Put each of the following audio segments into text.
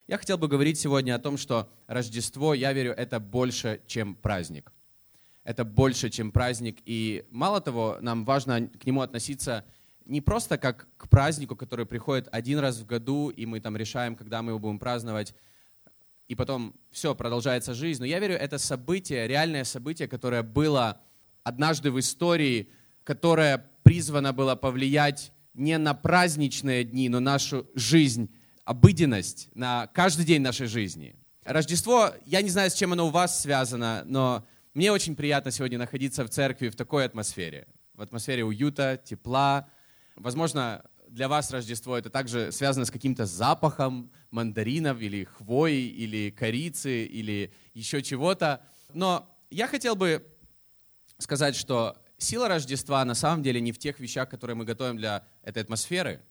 Я хотел бы говорить сегодня о том, что Рождество, я верю, это больше, чем праздник. Это больше, чем праздник. И мало того, нам важно к нему относиться не просто как к празднику, который приходит один раз в году, и мы там решаем, когда мы его будем праздновать, и потом все, продолжается жизнь. Но я верю, это событие, реальное событие, которое было однажды в истории, которое призвано было повлиять не на праздничные дни, но нашу жизнь, обыденность, на каждый день нашей жизни. Рождество, я не знаю, с чем оно у вас связано, но мне очень приятно сегодня находиться в церкви в такой атмосфере. В атмосфере уюта, тепла. Возможно, для вас Рождество это также связано с каким-то запахом мандаринов или хвои, или корицы, или еще чего-то. Но я хотел бы сказать, что сила Рождества на самом деле не в тех вещах, которые мы готовим для этой атмосферы,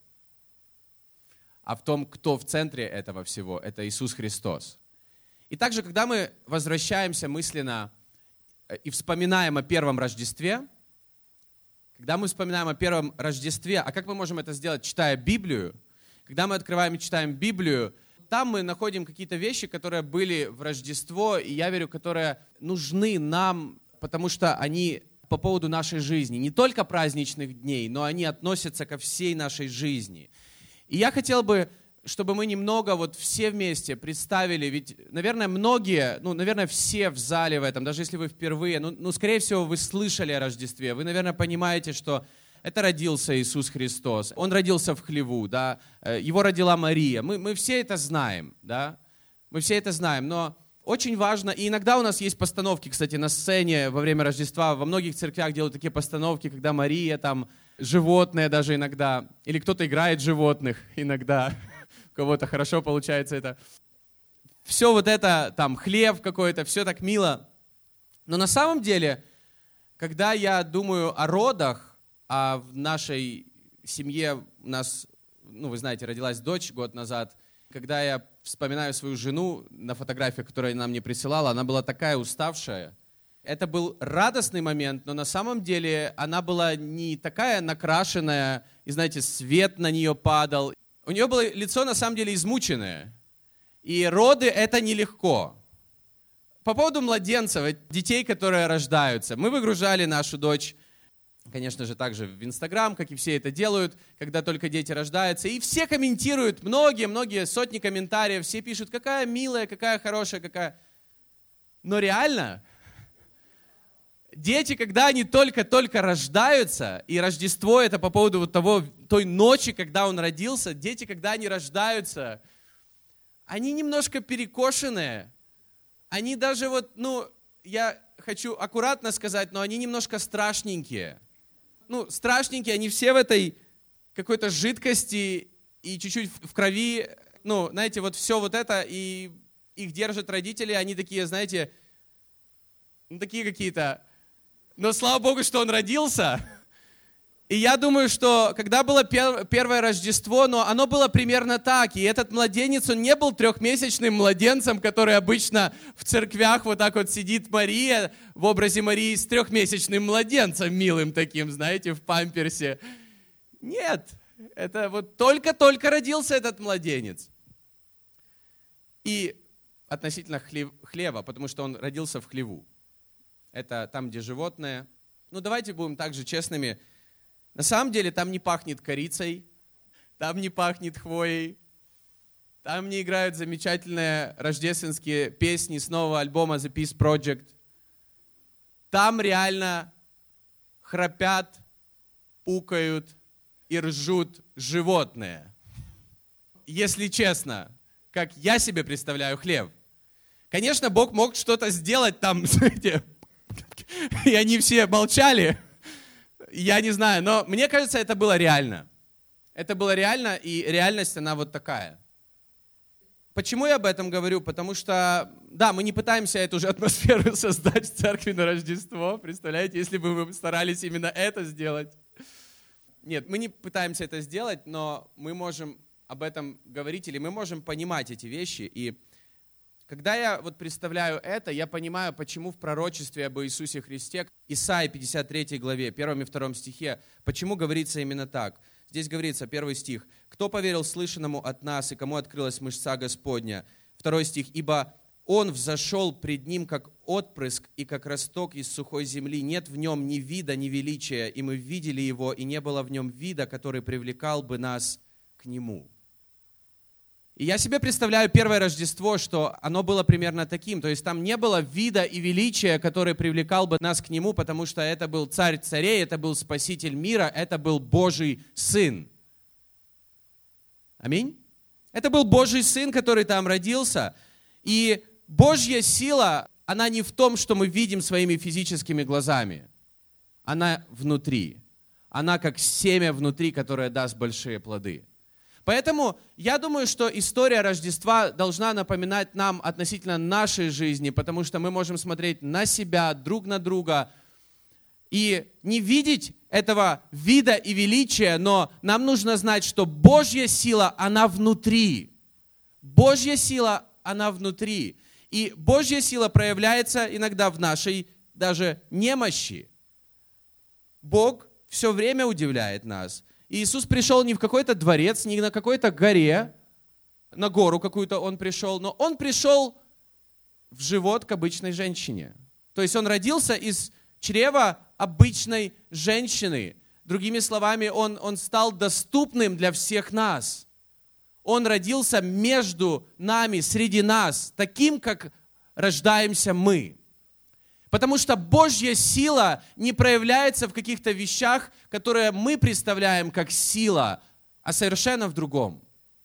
а в том, кто в центре этого всего. Это Иисус Христос. И также, когда мы возвращаемся мысленно и вспоминаем о первом Рождестве, когда мы вспоминаем о первом Рождестве, а как мы можем это сделать, читая Библию? Когда мы открываем и читаем Библию, там мы находим какие-то вещи, которые были в Рождество, и я верю, которые нужны нам, потому что они по поводу нашей жизни. Не только праздничных дней, но они относятся ко всей нашей жизни. И я хотел бы, чтобы мы немного вот все вместе представили, ведь, наверное, многие, наверное, все в зале в этом, даже если вы впервые, скорее всего, вы слышали о Рождестве, вы, наверное, понимаете, что это родился Иисус Христос, Он родился в хлеву, да, Его родила Мария, мы все это знаем, да, мы все это знаем, но очень важно, и иногда у нас есть постановки, кстати, на сцене во время Рождества, во многих церквях делают такие постановки, когда Мария там, животные даже иногда, или кто-то играет животных иногда, у кого-то хорошо получается это. Все вот это, там, хлеб какой-то, все так мило. Но на самом деле, когда я думаю о родах, а в нашей семье у нас, вы знаете, родилась дочь год назад, когда я вспоминаю свою жену на фотографии, которую она мне присылала, она была такая уставшая. Это был радостный момент, но на самом деле она была не такая накрашенная, и, знаете, свет на нее падал. У нее было лицо, на самом деле, измученное. И роды – это нелегко. По поводу младенцев, детей, которые рождаются. Мы выгружали нашу дочь, конечно же, также в Инстаграм, как и все это делают, когда только дети рождаются. И все комментируют, многие сотни комментариев, все пишут, какая милая, какая хорошая, какая... Но реально... Дети, когда они только рождаются, и Рождество это по поводу той ночи, когда он родился, дети, когда они рождаются, они немножко перекошенные. Они даже я хочу аккуратно сказать, но они немножко страшненькие. Страшненькие, они все в этой какой-то жидкости и чуть-чуть в крови. Знаете, все вот это, и их держат родители, они такие, знаете, такие какие-то... Но слава Богу, что он родился. И я думаю, что когда было первое Рождество, но оно было примерно так. И этот младенец, он не был трехмесячным младенцем, который обычно в церквях вот так вот сидит Мария в образе Марии с трехмесячным младенцем, милым таким, знаете, в памперсе. Нет, это вот только-только родился этот младенец. И относительно хлеба, потому что он родился в хлеву. Это там, где животные. Давайте будем также честными. На самом деле там не пахнет корицей, там не пахнет хвоей, там не играют замечательные рождественские песни с нового альбома The Peace Project. Там реально храпят, пукают и ржут животные. Если честно, как я себе представляю хлеб. Конечно, Бог мог что-то сделать там, знаете, и они все молчали. Я не знаю, но мне кажется, это было реально. Это было реально, и реальность, она вот такая. Почему я об этом говорю? Потому что, да, мы не пытаемся эту же атмосферу создать в церкви на Рождество. Представляете, если бы мы старались именно это сделать. Нет, мы не пытаемся это сделать, но мы можем об этом говорить, или мы можем понимать эти вещи. И когда я представляю это, я понимаю, почему в пророчестве об Иисусе Христе, Исаии 53 главе, 1 и 2 стихе, почему говорится именно так. Здесь говорится, 1 стих. «Кто поверил слышанному от нас, и кому открылась мышца Господня?» 2 стих. «Ибо Он взошел пред Ним, как отпрыск и как росток из сухой земли. Нет в Нем ни вида, ни величия, и мы видели Его, и не было в Нем вида, который привлекал бы нас к Нему». И я себе представляю первое Рождество, что оно было примерно таким. То есть там не было вида и величия, который привлекал бы нас к Нему, потому что это был Царь царей, это был Спаситель мира, это был Божий Сын. Аминь? Это был Божий Сын, который там родился. И Божья сила, она не в том, что мы видим своими физическими глазами. Она внутри. Она как семя внутри, которое даст большие плоды. Поэтому я думаю, что история Рождества должна напоминать нам относительно нашей жизни, потому что мы можем смотреть на себя, друг на друга и не видеть этого вида и величия, но нам нужно знать, что Божья сила, она внутри. Божья сила, она внутри. И Божья сила проявляется иногда в нашей даже немощи. Бог все время удивляет нас. И Иисус пришел не в какой-то дворец, не на какой-то горе, на гору какую-то Он пришел, но Он пришел в живот к обычной женщине. То есть Он родился из чрева обычной женщины. Другими словами, Он стал доступным для всех нас. Он родился между нами, среди нас, таким, как рождаемся мы. Потому что Божья сила не проявляется в каких-то вещах, которые мы представляем как сила, а совершенно в другом.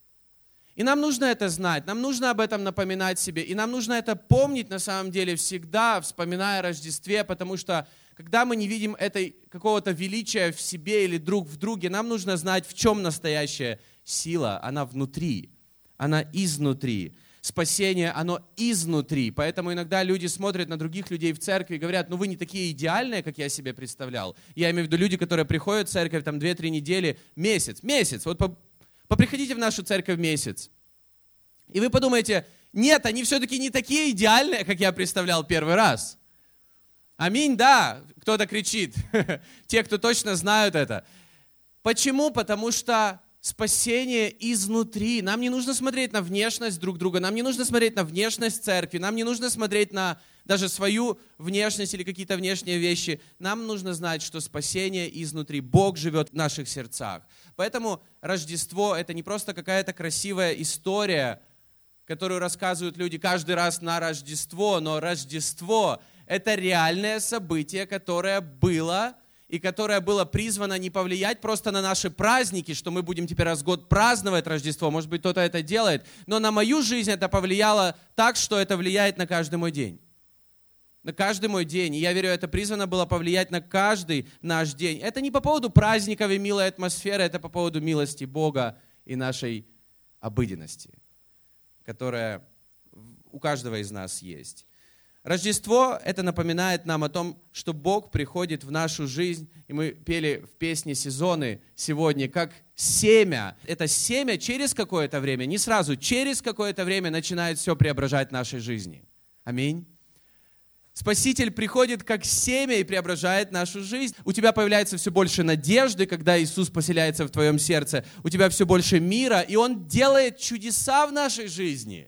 И нам нужно это знать, нам нужно об этом напоминать себе, и нам нужно это помнить на самом деле всегда, вспоминая о Рождестве, потому что когда мы не видим какого-то величия в себе или друг в друге, нам нужно знать, в чем настоящая сила. Она внутри, она изнутри. Спасение, оно изнутри. Поэтому иногда люди смотрят на других людей в церкви и говорят, ну вы не такие идеальные, как я себе представлял. Я имею в виду люди, которые приходят в церковь там 2-3 недели, месяц. Вот поприходите в нашу церковь месяц. И вы подумаете, нет, они все-таки не такие идеальные, как я представлял первый раз. Аминь, да, кто-то кричит. Те, кто точно знают это. Почему? Потому что спасение изнутри. Нам не нужно смотреть на внешность друг друга, нам не нужно смотреть на внешность церкви, нам не нужно смотреть на даже свою внешность или какие-то внешние вещи. Нам нужно знать, что спасение изнутри. Бог живет в наших сердцах. Поэтому Рождество – это не просто какая-то красивая история, которую рассказывают люди каждый раз на Рождество, но Рождество – это реальное событие, которое было и которое было призвано не повлиять просто на наши праздники, что мы будем теперь раз в год праздновать Рождество, может быть, кто-то это делает, но на мою жизнь это повлияло так, что это влияет на каждый мой день. На каждый мой день. И я верю, это призвано было повлиять на каждый наш день. Это не по поводу праздников и милой атмосферы, это по поводу милости Бога и нашей обыденности, которая у каждого из нас есть. Рождество, это напоминает нам о том, что Бог приходит в нашу жизнь, и мы пели в песне «Сезоны» сегодня, как семя. Это семя через какое-то время, не сразу, через какое-то время начинает все преображать в нашей жизни. Аминь. Спаситель приходит как семя и преображает нашу жизнь. У тебя появляется все больше надежды, когда Иисус поселяется в твоем сердце. У тебя все больше мира, и Он делает чудеса в нашей жизни.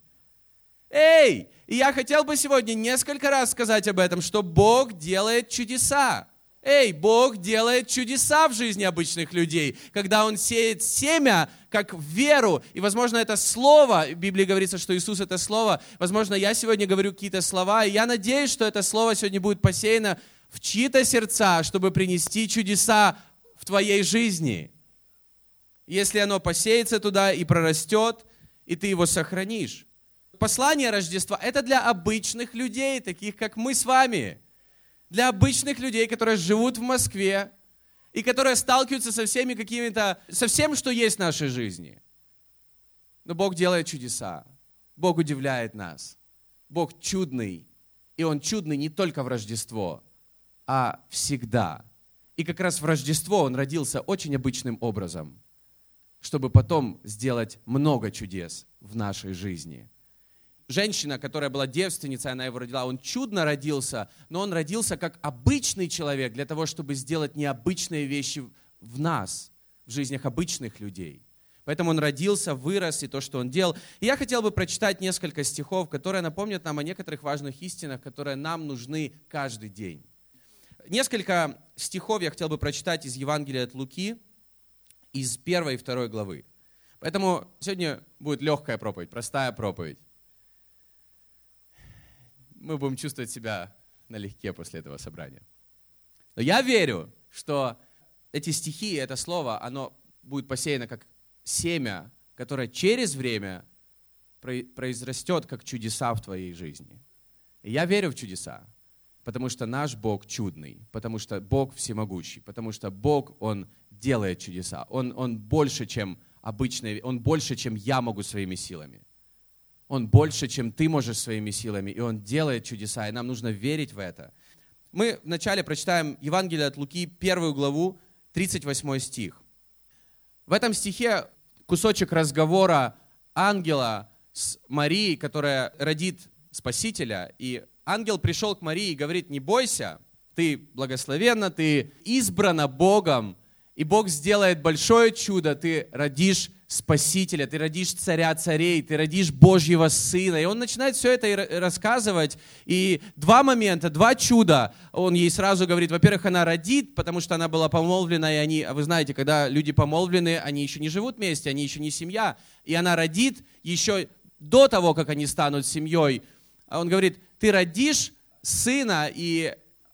Эй! И я хотел бы сегодня несколько раз сказать об этом, что Бог делает чудеса. Эй, Бог делает чудеса в жизни обычных людей, когда Он сеет семя, как веру. И, возможно, это слово, в Библии говорится, что Иисус — это слово. Возможно, я сегодня говорю какие-то слова, и я надеюсь, что это слово сегодня будет посеяно в чьи-то сердца, чтобы принести чудеса в твоей жизни. Если оно посеется туда и прорастет, и ты его сохранишь. Послание Рождества – это для обычных людей, таких как мы с вами. Для обычных людей, которые живут в Москве и которые сталкиваются со всеми со всем, что есть в нашей жизни. Но Бог делает чудеса. Бог удивляет нас. Бог чудный. И Он чудный не только в Рождество, а всегда. И как раз в Рождество Он родился очень обычным образом, чтобы потом сделать много чудес в нашей жизни. Женщина, которая была девственницей, она его родила, он чудно родился, но он родился как обычный человек для того, чтобы сделать необычные вещи в нас, в жизнях обычных людей. Поэтому он родился, вырос, и то, что он делал. И я хотел бы прочитать несколько стихов, которые напомнят нам о некоторых важных истинах, которые нам нужны каждый день. Несколько стихов я хотел бы прочитать из Евангелия от Луки, из 1 и 2 главы. Поэтому сегодня будет легкая проповедь, простая проповедь. Мы будем чувствовать себя налегке после этого собрания. Но я верю, что эти стихи, это слово, оно будет посеяно как семя, которое через время произрастет как чудеса в твоей жизни. И я верю в чудеса, потому что наш Бог чудный, потому что Бог всемогущий, потому что Бог, Он делает чудеса. Он больше, чем обычный, Он больше, чем я могу своими силами. Он больше, чем ты можешь своими силами, и Он делает чудеса, и нам нужно верить в это. Мы вначале прочитаем Евангелие от Луки, 1 главу, 38 стих. В этом стихе кусочек разговора ангела с Марией, которая родит Спасителя. И ангел пришел к Марии и говорит: не бойся, ты благословенна, ты избрана Богом, и Бог сделает большое чудо, ты родишь Спасителя, ты родишь Царя царей, ты родишь Божьего Сына. И он начинает все это рассказывать. И два момента, два чуда. Он ей сразу говорит, во-первых, она родит, потому что она была помолвлена, и они, вы знаете, когда люди помолвлены, они еще не живут вместе, они еще не семья. И она родит еще до того, как они станут семьей. Он говорит, ты родишь сына, и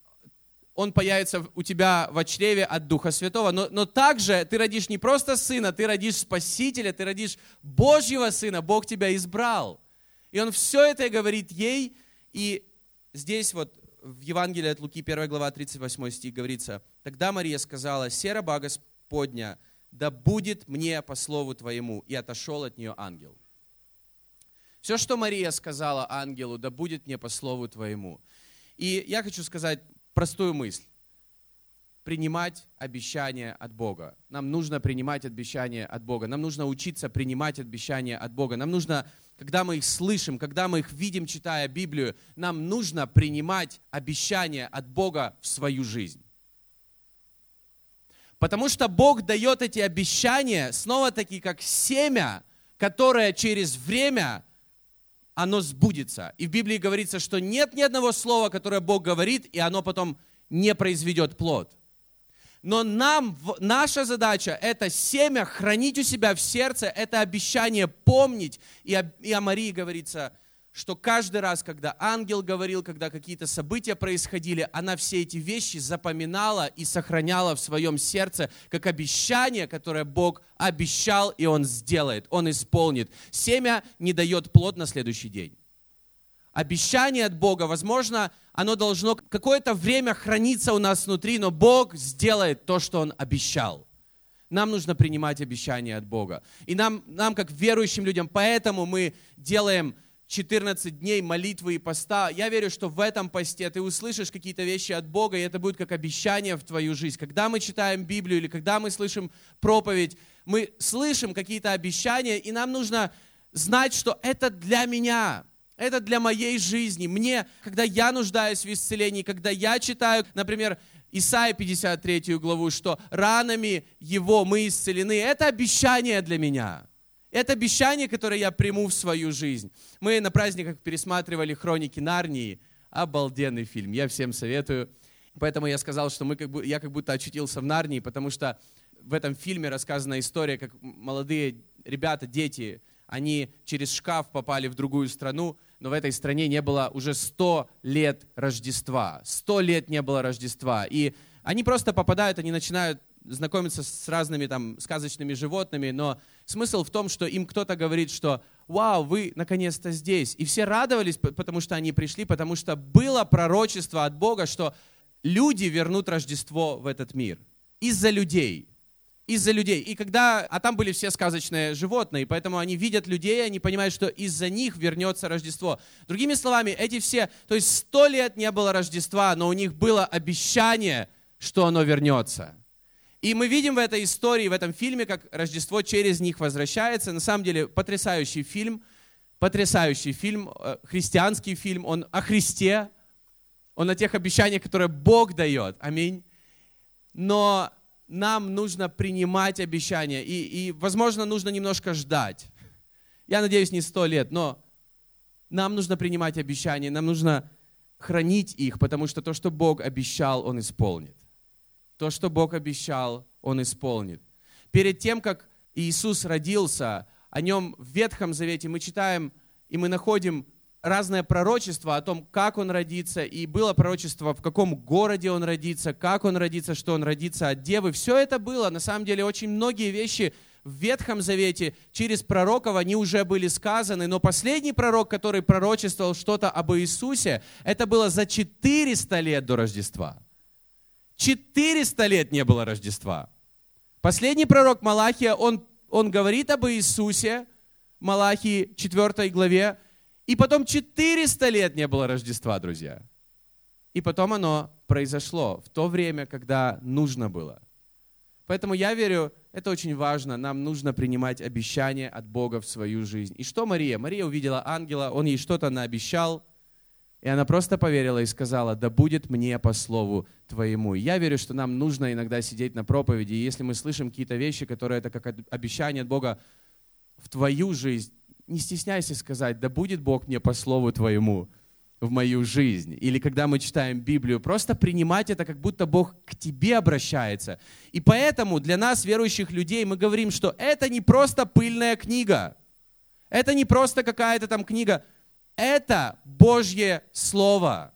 он появится у тебя во чреве от Духа Святого. Но также ты родишь не просто сына, ты родишь Спасителя, ты родишь Божьего Сына. Бог тебя избрал. И он все это говорит ей. И здесь вот в Евангелии от Луки, 1 глава, 38 стих говорится: «Тогда Мария сказала: се раба Господня, да будет мне по слову Твоему». И отошел от нее ангел. Все, что Мария сказала ангелу: да будет мне по слову Твоему. И я хочу сказать простую мысль. Принимать обещания от Бога. Нам нужно принимать обещания от Бога. Нам нужно учиться принимать обещания от Бога. Нам нужно, когда мы их слышим, когда мы их видим, читая Библию, нам нужно принимать обещания от Бога в свою жизнь. Потому что Бог дает эти обещания, снова-таки, как семя, которое через время оно сбудется. И в Библии говорится, что нет ни одного слова, которое Бог говорит, и оно потом не произведет плод. Но наша задача – это семя хранить у себя в сердце, это обещание помнить. И о Марии говорится, что каждый раз, когда ангел говорил, когда какие-то события происходили, она все эти вещи запоминала и сохраняла в своем сердце, как обещание, которое Бог обещал, и Он сделает, Он исполнит. Семя не дает плод на следующий день. Обещание от Бога, возможно, оно должно какое-то время храниться у нас внутри, но Бог сделает то, что Он обещал. Нам нужно принимать обещания от Бога. И нам как верующим людям, поэтому мы делаем 14 дней молитвы и поста. Я верю, что в этом посте ты услышишь какие-то вещи от Бога, и это будет как обещание в твою жизнь. Когда мы читаем Библию или когда мы слышим проповедь, мы слышим какие-то обещания, и нам нужно знать, что это для меня, это для моей жизни. Мне, когда я нуждаюсь в исцелении, когда я читаю, например, Исайя 53 главу, что ранами Его мы исцелены, это обещание для меня. Это обещание, которое я приму в свою жизнь. Мы на праздниках пересматривали «Хроники Нарнии». Обалденный фильм, я всем советую. Поэтому я сказал, что я как будто очутился в Нарнии, потому что в этом фильме рассказана история, как молодые ребята, дети, они через шкаф попали в другую страну, но в этой стране не было уже 100 лет Рождества. 100 лет не было Рождества. И они просто попадают, они начинают знакомиться с разными там сказочными животными, но смысл в том, что им кто-то говорит, что «Вау, вы наконец-то здесь». И все радовались, потому что они пришли, потому что было пророчество от Бога, что люди вернут Рождество в этот мир. Из-за людей. Из-за людей. И там были все сказочные животные, поэтому они видят людей, они понимают, что из-за них вернется Рождество. Другими словами, эти все, то есть 100 лет не было Рождества, но у них было обещание, что оно вернется. И мы видим в этой истории, в этом фильме, как Рождество через них возвращается. На самом деле потрясающий фильм, христианский фильм, он о Христе, он о тех обещаниях, которые Бог дает. Аминь. Но нам нужно принимать обещания. И, возможно, нужно немножко ждать. Я надеюсь, не 100 лет, но нам нужно принимать обещания, нам нужно хранить их, потому что то, что Бог обещал, Он исполнит. То, что Бог обещал, Он исполнит. Перед тем, как Иисус родился, о Нем в Ветхом Завете мы читаем, и мы находим разное пророчество о том, как Он родится, и было пророчество, в каком городе Он родится, как Он родится, что Он родится от Девы. Все это было, на самом деле, очень многие вещи в Ветхом Завете через пророков, они уже были сказаны, но последний пророк, который пророчествовал что-то об Иисусе, это было за 400 лет до Рождества. 400 лет не было Рождества. Последний пророк Малахия, он говорит об Иисусе, Малахии 4 главе, и потом 400 лет не было Рождества, друзья. И потом оно произошло в то время, когда нужно было. Поэтому я верю, это очень важно. Нам нужно принимать обещания от Бога в свою жизнь. И что Мария? Мария увидела ангела, он ей что-то наобещал, и она просто поверила и сказала: да будет мне по слову твоему. И я верю, что нам нужно иногда сидеть на проповеди, и если мы слышим какие-то вещи, которые это как обещание от Бога в твою жизнь, не стесняйся сказать: да будет Бог мне по слову твоему в мою жизнь. Или когда мы читаем Библию, просто принимать это, как будто Бог к тебе обращается. И поэтому для нас, верующих людей, мы говорим, что это не просто пыльная книга. Это не просто какая-то там книга. Это Божье Слово.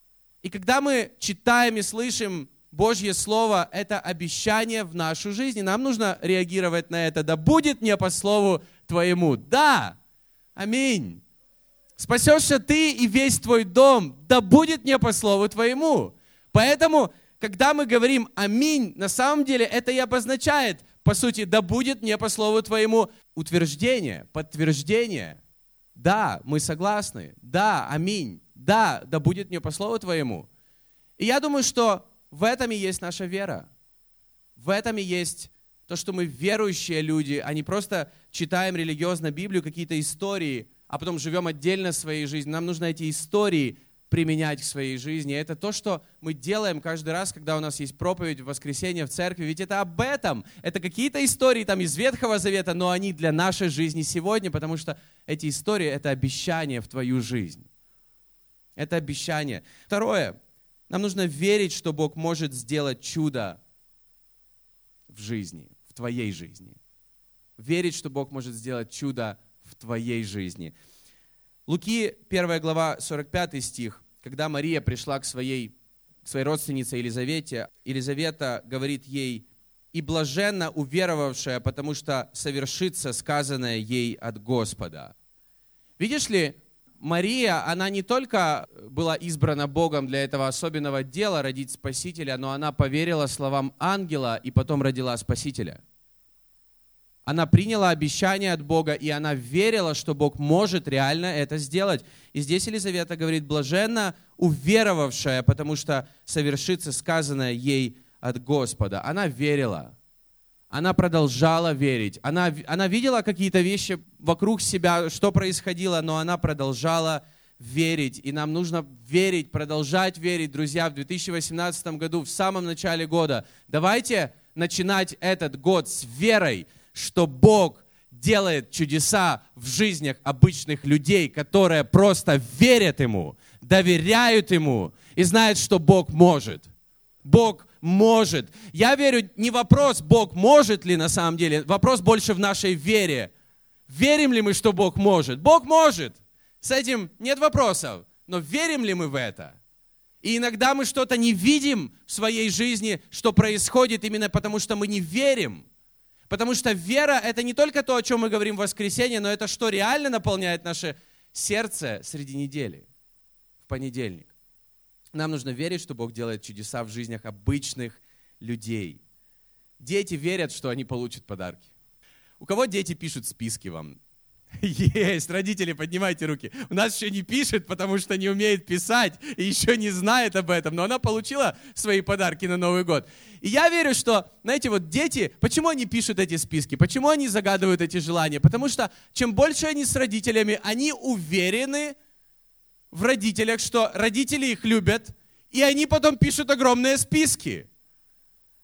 И когда мы читаем и слышим Божье Слово, это обещание в нашу жизнь. И нам нужно реагировать на это. Да будет мне по слову твоему. Да. Аминь. Спасешься ты и весь твой дом. Да будет мне по слову твоему. Поэтому, когда мы говорим аминь, на самом деле это и обозначает, по сути, да будет мне по слову твоему утверждение, подтверждение. Да, мы согласны. Да, аминь. Да, да будет мне по слову твоему. И я думаю, что в этом и есть наша вера. В этом и есть то, что мы верующие люди, а не просто читаем религиозно Библию, какие-то истории, а потом живем отдельно своей жизнью. Нам нужно эти истории применять к своей жизни. Это то, что мы делаем каждый раз, когда у нас есть проповедь в воскресенье в церкви. Ведь это об этом. Это какие-то истории там из Ветхого Завета, но они для нашей жизни сегодня, потому что эти истории — это обещание в твою жизнь. Это обещание. Второе. Нам нужно верить, что Бог может сделать чудо в жизни, в твоей жизни. Верить, что Бог может сделать чудо в твоей жизни. Луки, 1 глава, 45 стих. Когда Мария пришла к своей родственнице Елизавете, Елизавета говорит ей: «И блаженна уверовавшая, потому что совершится сказанное ей от Господа». Видишь ли, Мария, она не только была избрана Богом для этого особенного дела родить Спасителя, но она поверила словам ангела и потом родила Спасителя. Она приняла обещание от Бога, и она верила, что Бог может реально это сделать. И здесь Елизавета говорит: блаженна уверовавшая, потому что совершится сказанное ей от Господа. Она верила. Она продолжала верить. Она видела какие-то вещи вокруг себя, что происходило, но она продолжала верить. И нам нужно верить, продолжать верить, друзья, в 2018 году, в самом начале года. Давайте начинать этот год с верой, что Бог делает чудеса в жизнях обычных людей, которые просто верят Ему, доверяют Ему и знают, что Бог может. Бог может. Я верю, не вопрос, Бог может ли на самом деле, вопрос больше в нашей вере. Верим ли мы, что Бог может? Бог может. С этим нет вопросов. Но верим ли мы в это? И иногда мы что-то не видим в своей жизни, что происходит именно потому, что мы не верим. Потому что вера — это не только то, о чем мы говорим в воскресенье, но это что реально наполняет наше сердце среди недели, в понедельник. Нам нужно верить, что Бог делает чудеса в жизнях обычных людей. Дети верят, что они получат подарки. У кого дети пишут списки вам? Есть, родители, поднимайте руки. У нас еще не пишет, потому что не умеет писать и еще не знает об этом, но она получила свои подарки на Новый год. И я верю, что, знаете, вот дети, почему они пишут эти списки, почему они загадывают эти желания? Потому что чем больше они с родителями, они уверены в родителях, что родители их любят, и они потом пишут огромные списки.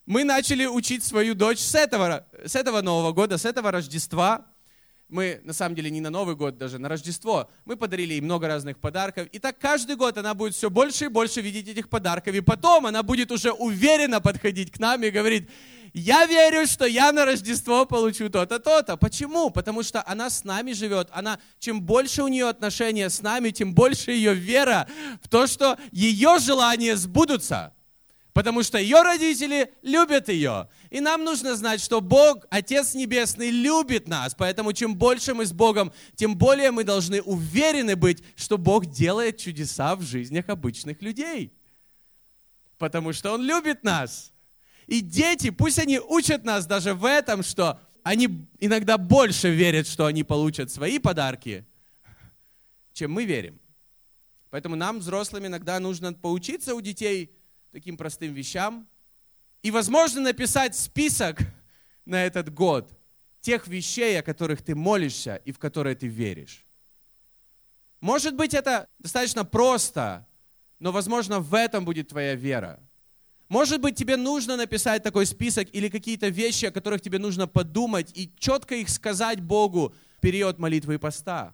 Мы начали учить свою дочь с этого Нового года, с этого Рождества. Мы, на самом деле, не на Новый год, даже на Рождество. Мы подарили ей много разных подарков. И так каждый год она будет все больше и больше видеть этих подарков. И потом она будет уже уверенно подходить к нам и говорить: я верю, что я на Рождество получу то-то, то-то. Почему? Потому что она с нами живет. Чем больше у нее отношения с нами, тем больше ее вера в то, что ее желания сбудутся. Потому что ее родители любят ее. И нам нужно знать, что Бог, Отец Небесный, любит нас. Поэтому чем больше мы с Богом, тем более мы должны уверены быть, что Бог делает чудеса в жизнях обычных людей. Потому что Он любит нас. И дети, пусть они учат нас даже в этом, что они иногда больше верят, что они получат свои подарки, чем мы верим. Поэтому нам, взрослым, иногда нужно поучиться у детей таким простым вещам. И, возможно, написать список на этот год тех вещей, о которых ты молишься и в которые ты веришь. Может быть, это достаточно просто, но, возможно, в этом будет твоя вера. Может быть, тебе нужно написать такой список или какие-то вещи, о которых тебе нужно подумать и четко их сказать Богу в период молитвы и поста.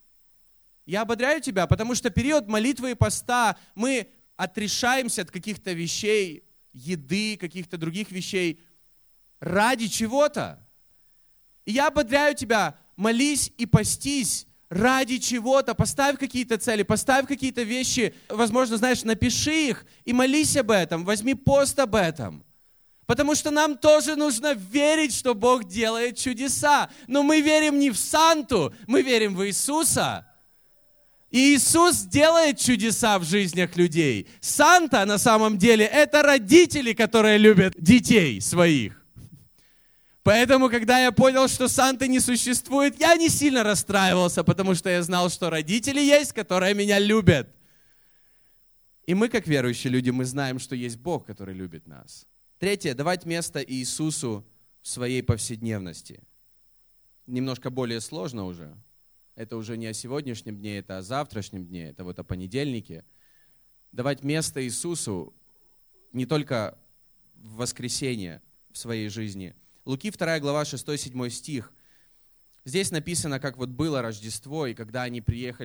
Я ободряю тебя, потому что период молитвы и поста мы отрешаемся от каких-то вещей, еды, каких-то других вещей ради чего-то. И я ободряю тебя, молись и постись ради чего-то. Поставь какие-то цели, поставь какие-то вещи, возможно, знаешь, напиши их и молись об этом, возьми пост об этом. Потому что нам тоже нужно верить, что Бог делает чудеса. Но мы верим не в Санту, мы верим в Иисуса. И Иисус делает чудеса в жизнях людей. Санта, на самом деле, это родители, которые любят детей своих. Поэтому, когда я понял, что Санты не существует, я не сильно расстраивался, потому что я знал, что родители есть, которые меня любят. И мы, как верующие люди, мы знаем, что есть Бог, который любит нас. Третье, давать место Иисусу в своей повседневности. Немножко более сложно уже. Это уже не о сегодняшнем дне, это о завтрашнем дне, это вот о понедельнике. Давать место Иисусу не только в воскресенье в своей жизни. Луки 2 глава 6-7 стих. Здесь написано, как вот было Рождество, и когда они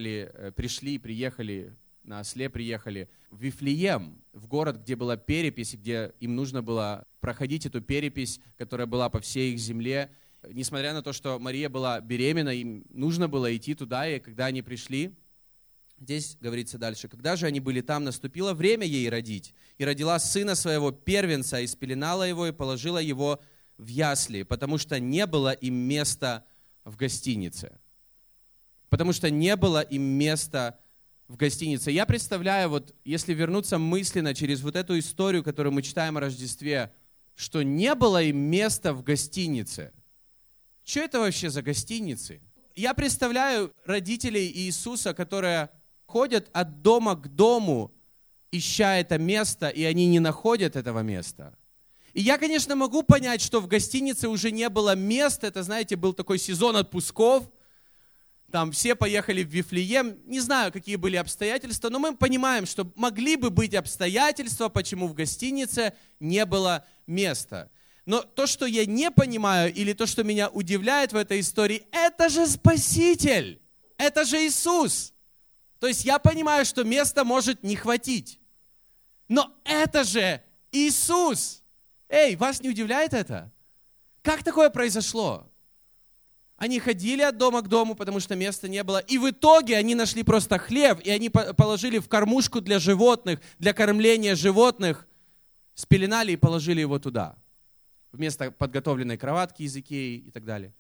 приехали, на осле приехали в Вифлеем, в город, где была перепись, где им нужно было проходить эту перепись, которая была по всей их земле. Несмотря на то, что Мария была беременна, им нужно было идти туда, и когда они пришли, здесь говорится дальше, когда же они были там, наступило время ей родить, и родила сына своего первенца, и спеленала его, и положила его в ясли, потому что не было им места в гостинице. Потому что не было им места в гостинице. Я представляю, вот если вернуться мысленно через вот эту историю, которую мы читаем о Рождестве, что не было им места в гостинице. Что это вообще за гостиницы? Я представляю родителей Иисуса, которые ходят от дома к дому, ища это место, и они не находят этого места. И я, конечно, могу понять, что в гостинице уже не было места. Это, знаете, был такой сезон отпусков. Там все поехали в Вифлеем. Не знаю, какие были обстоятельства, но мы понимаем, что могли бы быть обстоятельства, почему в гостинице не было места. Но то, что я не понимаю, или то, что меня удивляет в этой истории, это же Спаситель, это же Иисус. То есть я понимаю, что места может не хватить. Но это же Иисус. Эй, вас не удивляет это? Как такое произошло? Они ходили от дома к дому, потому что места не было. И в итоге они нашли просто хлеб, и они положили в кормушку для животных, для кормления животных, спеленали и положили его туда. Вместо подготовленной кроватки из Икеи и так далее.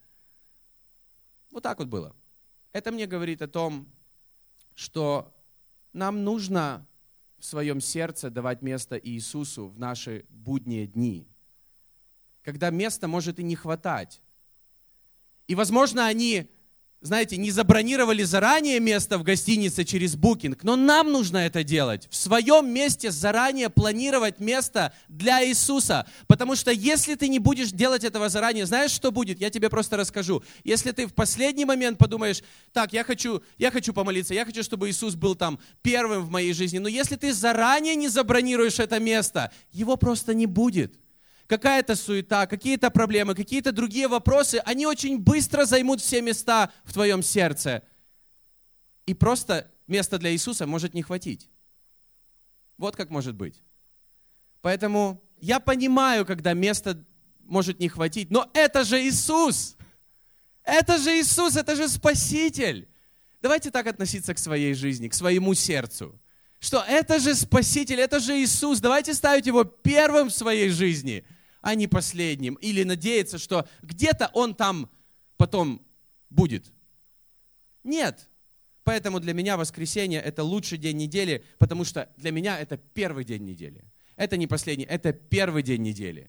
Вот так вот было. Это мне говорит о том, что нам нужно в своем сердце давать место Иисусу в наши будние дни, когда места может и не хватать. И, возможно, они, знаете, не забронировали заранее место в гостинице через букинг, но нам нужно это делать. В своем месте заранее планировать место для Иисуса. Потому что если ты не будешь делать этого заранее, знаешь, что будет? Я тебе просто расскажу. Если ты в последний момент подумаешь, так, я хочу помолиться, я хочу, чтобы Иисус был там первым в моей жизни. Но если ты заранее не забронируешь это место, его просто не будет. какая-то суета, какие-то проблемы, какие-то другие вопросы, они очень быстро займут все места в твоем сердце. И просто места для Иисуса может не хватить. Вот как может быть. Поэтому я понимаю, когда места может не хватить, но это же Иисус! Это же Иисус, это же Спаситель! Давайте так относиться к своей жизни, к своему сердцу. Что это же Спаситель, это же Иисус. Давайте ставить Его первым в своей жизни, а не последним. Или надеяться, что где-то Он там потом будет. Нет. Поэтому для меня воскресенье – это лучший день недели, потому что для меня это первый день недели. Это не последний, это первый день недели.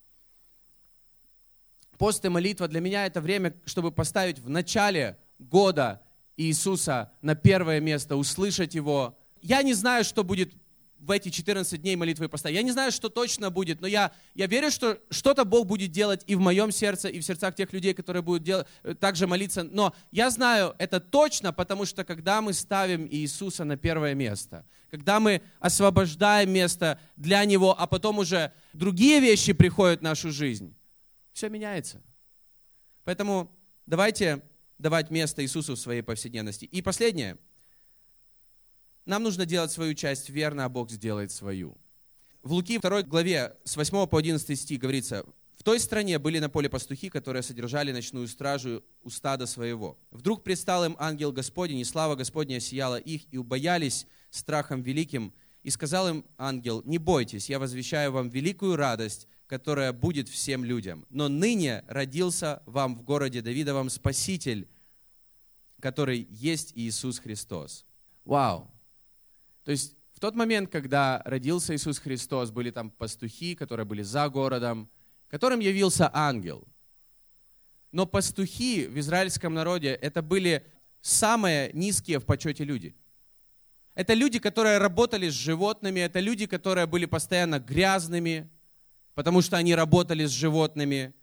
Пост и молитва для меня – это время, чтобы поставить в начале года Иисуса на первое место, услышать Его. Я не знаю, что будет в эти 14 дней молитвы и поста. Я не знаю, что точно будет, но я верю, что что-то Бог будет делать и в моем сердце, и в сердцах тех людей, которые будут также молиться. Но я знаю это точно, потому что когда мы ставим Иисуса на первое место, когда мы освобождаем место для Него, а потом уже другие вещи приходят в нашу жизнь, все меняется. Поэтому давайте давать место Иисусу в своей повседневности. И последнее. Нам нужно делать свою часть верно, а Бог сделает свою. В Луки 2 главе с 8 по 11 стих говорится: «В той стране были на поле пастухи, которые содержали ночную стражу у стада своего. Вдруг предстал им ангел Господень, и слава Господня осияла их, и убоялись страхом великим. И сказал им ангел: не бойтесь, я возвещаю вам великую радость, которая будет всем людям. Но ныне родился вам в городе Давидовом Спаситель, который есть Иисус Христос». Вау! То есть в тот момент, когда родился Иисус Христос, были там пастухи, которые были за городом, которым явился ангел. Но пастухи в израильском народе это были самые низкие в почете люди. Это люди, которые работали с животными, это люди, которые были постоянно грязными, потому что они работали с животными.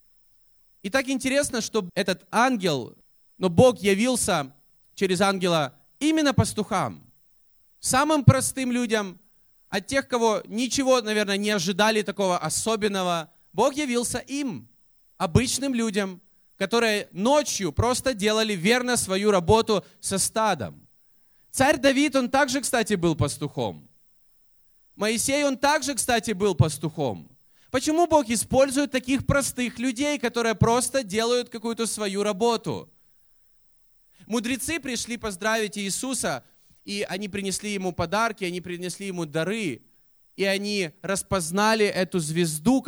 И так интересно, что этот ангел, но Бог явился через ангела именно пастухам, самым простым людям, от тех, кого ничего, наверное, не ожидали такого особенного. Бог явился им, обычным людям, которые ночью просто делали верно свою работу со стадом. Царь Давид, он также, кстати, был пастухом. Моисей, он также, кстати, был пастухом. Почему Бог использует таких простых людей, которые просто делают какую-то свою работу? Мудрецы пришли поздравить Иисуса, и они принесли Ему подарки, они принесли Ему дары, и они распознали эту звезду,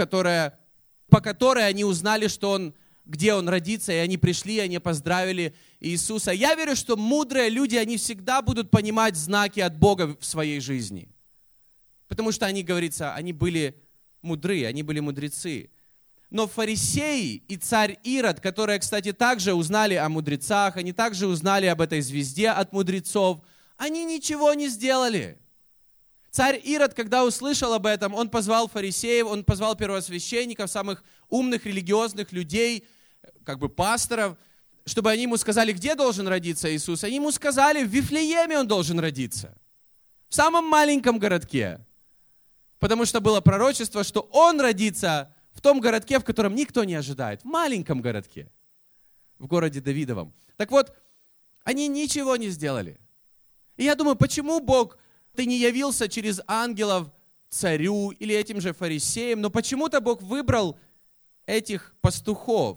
по которой они узнали, где Он родится, и они пришли, и они поздравили Иисуса. Я верю, что мудрые люди, они всегда будут понимать знаки от Бога в своей жизни. Потому что они были мудры, они были мудрецы. Но фарисеи и царь Ирод, которые, кстати, также узнали о мудрецах, они также узнали об этой звезде от мудрецов, они ничего не сделали. Царь Ирод, когда услышал об этом, он позвал фарисеев, он позвал первосвященников, самых умных религиозных людей, пасторов, чтобы они ему сказали, где должен родиться Иисус. Они ему сказали, в Вифлееме он должен родиться, в самом маленьком городке. Потому что было пророчество, что он родится в том городке, в котором никто не ожидает, в маленьком городке, в городе Давидовом. Так вот, они ничего не сделали. И я думаю, почему Бог, ты не явился через ангелов царю или этим же фарисеям, но почему-то Бог выбрал этих пастухов.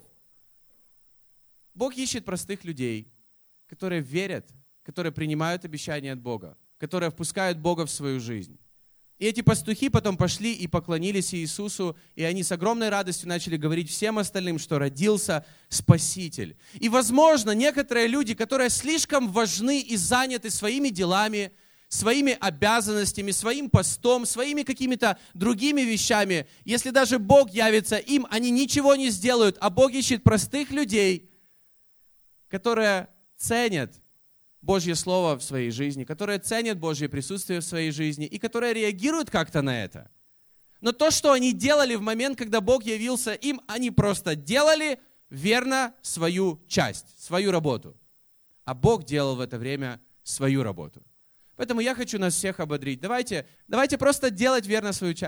Бог ищет простых людей, которые верят, которые принимают обещания от Бога, которые впускают Бога в свою жизнь. И эти пастухи потом пошли и поклонились Иисусу, и они с огромной радостью начали говорить всем остальным, что родился Спаситель. И, возможно, некоторые люди, которые слишком важны и заняты своими делами, своими обязанностями, своим постом, своими какими-то другими вещами, если даже Бог явится им, они ничего не сделают, а Бог ищет простых людей, которые ценят Божье Слово в своей жизни, которые ценят Божье присутствие в своей жизни и которые реагируют как-то на это. Но то, что они делали в момент, когда Бог явился им, они просто делали верно свою часть, свою работу. А Бог делал в это время свою работу. Поэтому я хочу нас всех ободрить. Давайте просто делать верно свою часть.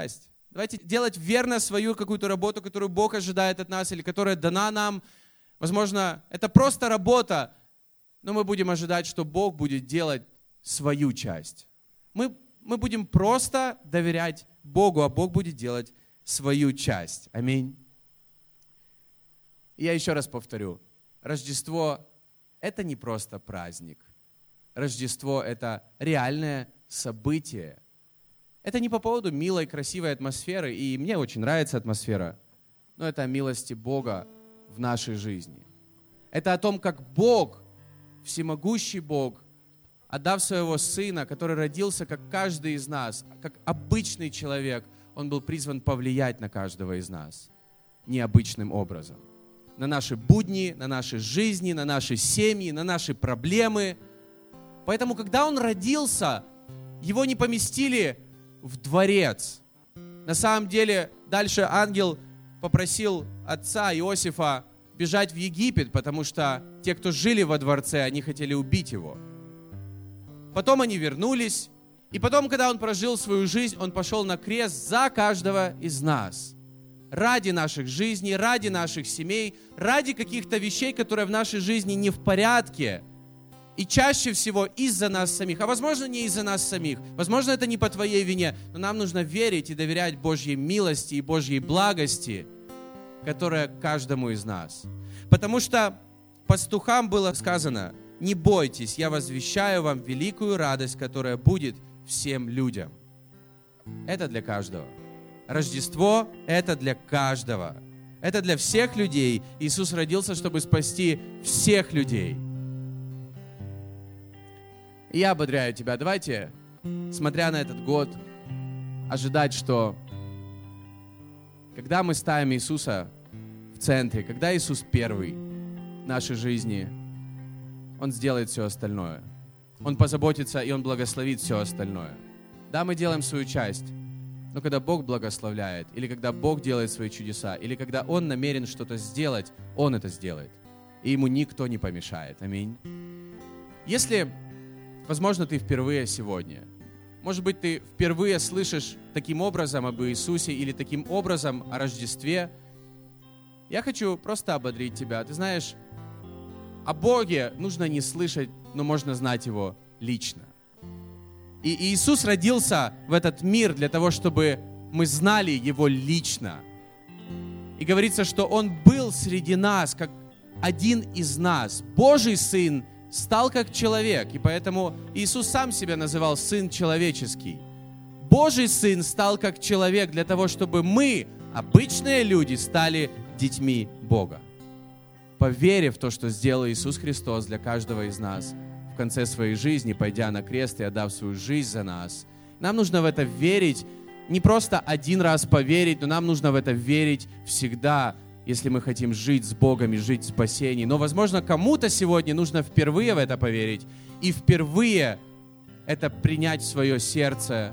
Давайте делать верно свою какую-то работу, которую Бог ожидает от нас или которая дана нам. Возможно, это просто работа, но мы будем ожидать, что Бог будет делать свою часть. Мы будем просто доверять Богу, а Бог будет делать свою часть. Аминь. И я еще раз повторю. Рождество – это не просто праздник. Рождество – это реальное событие. Это не по поводу милой, красивой атмосферы, и мне очень нравится атмосфера, но это о милости Бога в нашей жизни. Это о том, как Бог, всемогущий Бог, отдав своего Сына, который родился, как каждый из нас, как обычный человек, Он был призван повлиять на каждого из нас необычным образом. На наши будни, на наши жизни, на наши семьи, на наши проблемы. Поэтому, когда Он родился, Его не поместили в дворец. На самом деле, дальше ангел попросил отца Иосифа бежать в Египет, потому что те, кто жили во дворце, они хотели убить его. Потом они вернулись, и потом, когда он прожил свою жизнь, он пошел на крест за каждого из нас. Ради наших жизней, ради наших семей, ради каких-то вещей, которые в нашей жизни не в порядке. И чаще всего из-за нас самих, а возможно не из-за нас самих, возможно это не по твоей вине, но нам нужно верить и доверять Божьей милости и Божьей благости, которая каждому из нас. Потому что пастухам было сказано: не бойтесь, я возвещаю вам великую радость, которая будет всем людям. Это для каждого. Рождество – это для каждого. Это для всех людей. Иисус родился, чтобы спасти всех людей. И я ободряю тебя, давайте, смотря на этот год, ожидать, что когда мы ставим Иисуса в центре, когда Иисус первый в нашей жизни, Он сделает все остальное. Он позаботится, и Он благословит все остальное. Да, мы делаем свою часть, но когда Бог благословляет, или когда Бог делает свои чудеса, или когда Он намерен что-то сделать, Он это сделает. И Ему никто не помешает. Аминь. Если, возможно, ты впервые сегодня, может быть, ты впервые слышишь таким образом об Иисусе или таким образом о Рождестве, я хочу просто ободрить тебя. Ты знаешь, о Боге нужно не слышать, но можно знать Его лично. И Иисус родился в этот мир для того, чтобы мы знали Его лично. И говорится, что Он был среди нас, как один из нас. Божий Сын стал как человек, и поэтому Иисус сам себя называл Сын Человеческий. Божий Сын стал как человек для того, чтобы мы, обычные люди, стали детьми Бога. Поверив в то, что сделал Иисус Христос для каждого из нас в конце своей жизни, пойдя на крест и отдав свою жизнь за нас, нам нужно в это верить, не просто один раз поверить, но нам нужно в это верить всегда, если мы хотим жить с Богом и жить в спасении. Но, возможно, кому-то сегодня нужно впервые в это поверить и впервые это принять в свое сердце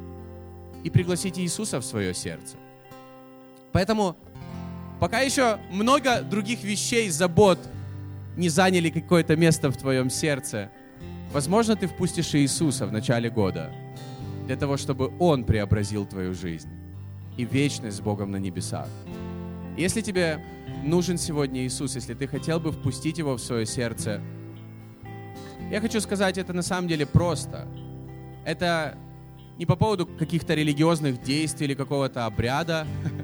и пригласить Иисуса в свое сердце. Поэтому пока еще много других вещей, забот не заняли какое-то место в твоем сердце, возможно, ты впустишь Иисуса в начале года для того, чтобы Он преобразил твою жизнь и вечность с Богом на небесах. Если тебе нужен сегодня Иисус, если ты хотел бы впустить Его в свое сердце, я хочу сказать, это на самом деле просто. Это не по поводу каких-то религиозных действий или какого-то обряда.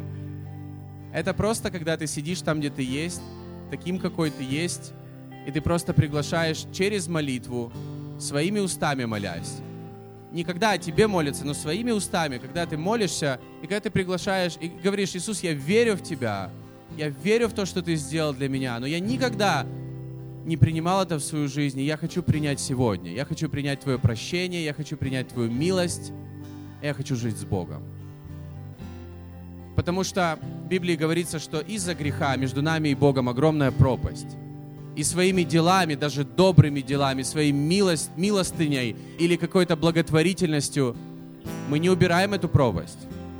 Это просто, когда ты сидишь там, где ты есть, таким, какой ты есть, и ты просто приглашаешь через молитву, своими устами молясь. Не когда о тебе молятся, но своими устами, когда ты молишься, и когда ты приглашаешь, и говоришь: Иисус, я верю в Тебя, я верю в то, что Ты сделал для меня, но я никогда не принимал это в свою жизнь, и я хочу принять сегодня. Я хочу принять Твое прощение, я хочу принять Твою милость, и я хочу жить с Богом. Потому что в Библии говорится, что из-за греха между нами и Богом огромная пропасть. И своими делами, даже добрыми делами, своей милостыней или какой-то благотворительностью мы не убираем эту пропасть.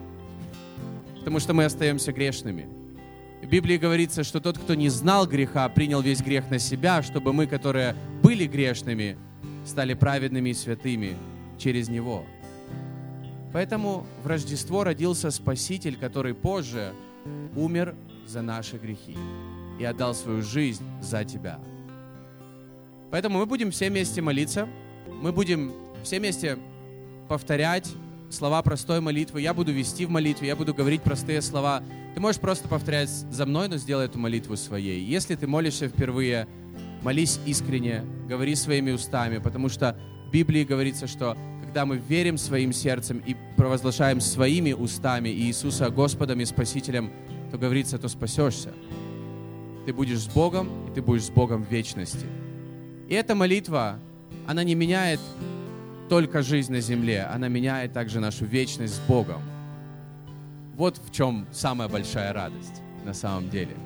Потому что мы остаемся грешными. В Библии говорится, что тот, кто не знал греха, принял весь грех на себя, чтобы мы, которые были грешными, стали праведными и святыми через Него. Поэтому в Рождество родился Спаситель, который позже умер за наши грехи и отдал свою жизнь за тебя. Поэтому мы будем все вместе молиться, мы будем все вместе повторять слова простой молитвы. Я буду вести в молитве, я буду говорить простые слова. Ты можешь просто повторять за мной, но сделай эту молитву своей. Если ты молишься впервые, молись искренне, говори своими устами, потому что в Библии говорится, что когда мы верим своим сердцем и провозглашаем своими устами Иисуса Господом и Спасителем, то говорится, то спасешься. Ты будешь с Богом, и ты будешь с Богом в вечности. И эта молитва, она не меняет только жизнь на земле, она меняет также нашу вечность с Богом. Вот в чем самая большая радость на самом деле.